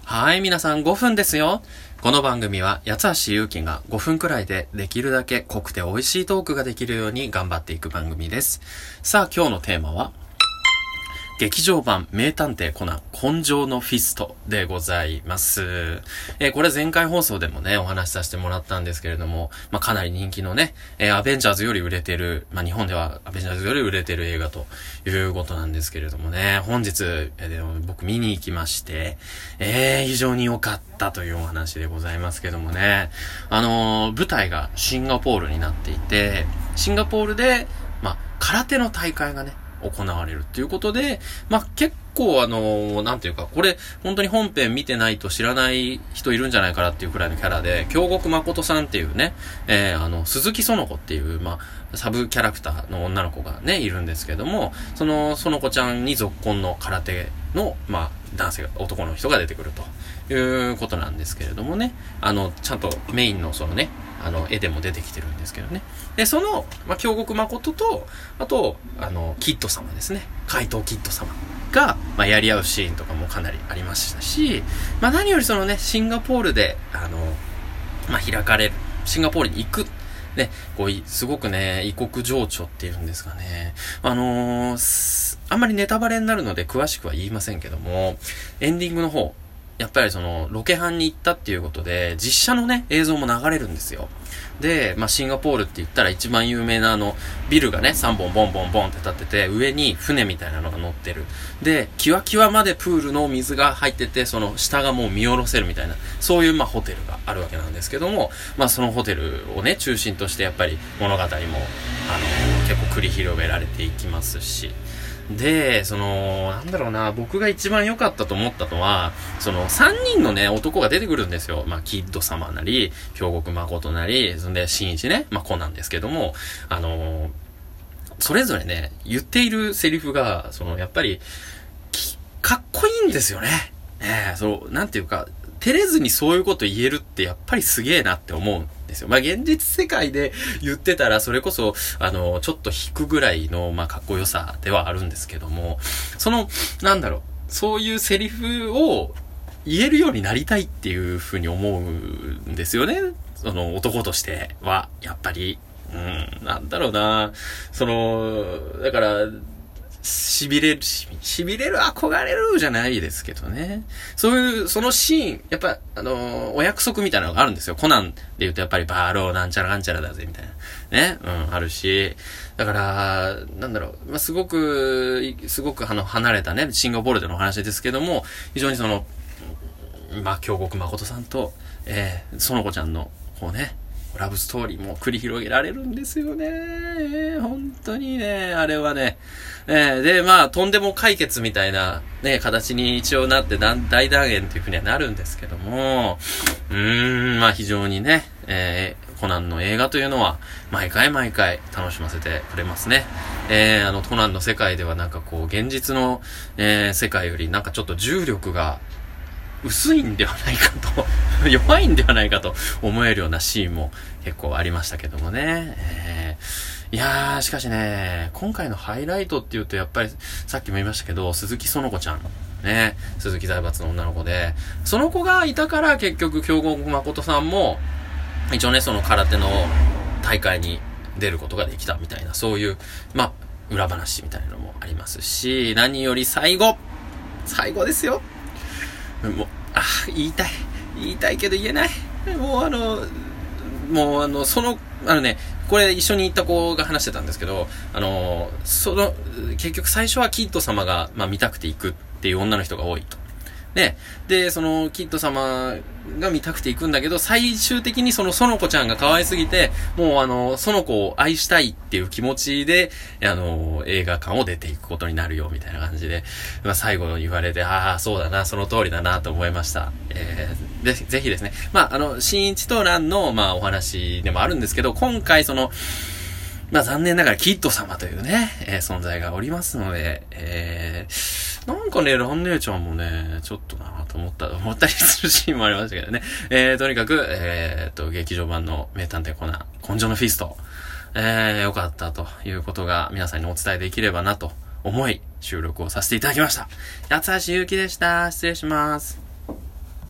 はい、皆さん5分ですよ。この番組は八橋ゆうきが5分くらいでできるだけ濃くて美味しいトークができるように頑張っていく番組です。さあ、今日のテーマは劇場版名探偵コナン根性のフィストでございます。これ前回放送でもね、お話しさせてもらったんですけれども、かなり人気のね、アベンジャーズより売れてる、日本ではアベンジャーズより売れてる映画ということなんですけれどもね、本日、僕見に行きまして、非常に良かったというお話でございますけどもね、舞台がシンガポールになっていて、シンガポールで、空手の大会がね、行われるっていうことで、結構なんていうか、これ本当に本編見てないと知らない人いるんじゃないかなっていうくらいのキャラで、京極誠さんっていうね、鈴木園子っていう、サブキャラクターの女の子がね、いるんですけども、その園子ちゃんに続婚の空手の、男の人が出てくるということなんですけれどもね、ちゃんとメインのそのね、絵でも出てきてるんですけどね。で、その、京極誠と、あと、キッド様ですね。怪盗キッド様が、やり合うシーンとかもかなりありましたし、何よりそのね、シンガポールで、開かれる、シンガポールに行く。ね、すごくね、異国情緒っていうんですかね。あんまりネタバレになるので詳しくは言いませんけども、エンディングの方、やっぱりその、ロケハンに行ったっていうことで、実写のね、映像も流れるんですよ。で、シンガポールって言ったら一番有名なビルがね、3本ボンボンボンって立ってて、上に船みたいなのが乗ってる。で、キワキワまでプールの水が入ってて、その下がもう見下ろせるみたいな、そういうホテルがあるわけなんですけども、そのホテルをね、中心としてやっぱり物語も、結構繰り広げられていきますし、で、僕が一番良かったと思ったのは、3人のね、男が出てくるんですよ。キッド様なり、京極誠なり、そんで、新一ね、コナンですけども、それぞれね、言っているセリフが、やっぱり、かっこいいんですよね。なんていうか、照れずにそういうこと言えるってやっぱりすげえなって思うんですよ。現実世界で言ってたらそれこそ、ちょっと引くぐらいの、かっこよさではあるんですけども、そういうセリフを言えるようになりたいっていうふうに思うんですよね。男としては、やっぱり。だから、痺れる、憧れるじゃないですけどね。そういう、そのシーン、やっぱ、お約束みたいなのがあるんですよ。コナンで言うとやっぱりバーローなんちゃらかんちゃらだぜ、みたいな。ね。あるし。だから、すごく離れたね、シンガポールでのお話ですけども、非常に京極誠さんと、園子ちゃんの、ラブストーリーも繰り広げられるんですよね。本当にね、あれはね。で、とんでも解決みたいな、ね、形に一応なって大団円というふうにはなるんですけども、非常にね、コナンの映画というのは、毎回楽しませてくれますね。コナンの世界では現実の、世界よりちょっと重力が、薄いんではないかと弱いんではないかと思えるようなシーンも結構ありましたけどもね。いやー、しかしね、今回のハイライトっていうとやっぱりさっきも言いましたけど、鈴木園子ちゃんね、鈴木財閥の女の子で、その子がいたから結局京極誠さんも一応ね、その空手の大会に出ることができたみたいな、そういう裏話みたいなのもありますし、何より最後ですよ。言いたいけど言えない。これ一緒に行った子が話してたんですけど、結局最初はキッド様が、見たくて行くっていう女の人が多いと。で、そのキッド様が見たくて行くんだけど、最終的にその園子ちゃんが可愛すぎて、もう園子を愛したいっていう気持ちで、映画館を出ていくことになるよ、みたいな感じで、最後言われて、そうだな、その通りだな、と思いました。ぜひですね、新一と蘭の、お話でもあるんですけど、今回残念ながらキッド様というね、存在がおりますので、蘭姉ちゃんもね、ちょっとなと思ったりするシーンもありましたけどね。とにかく、劇場版の名探偵コナン、根性のフィスト、良かったということが皆さんにお伝えできればなと思い、収録をさせていただきました。八橋ゆうきでした。失礼します。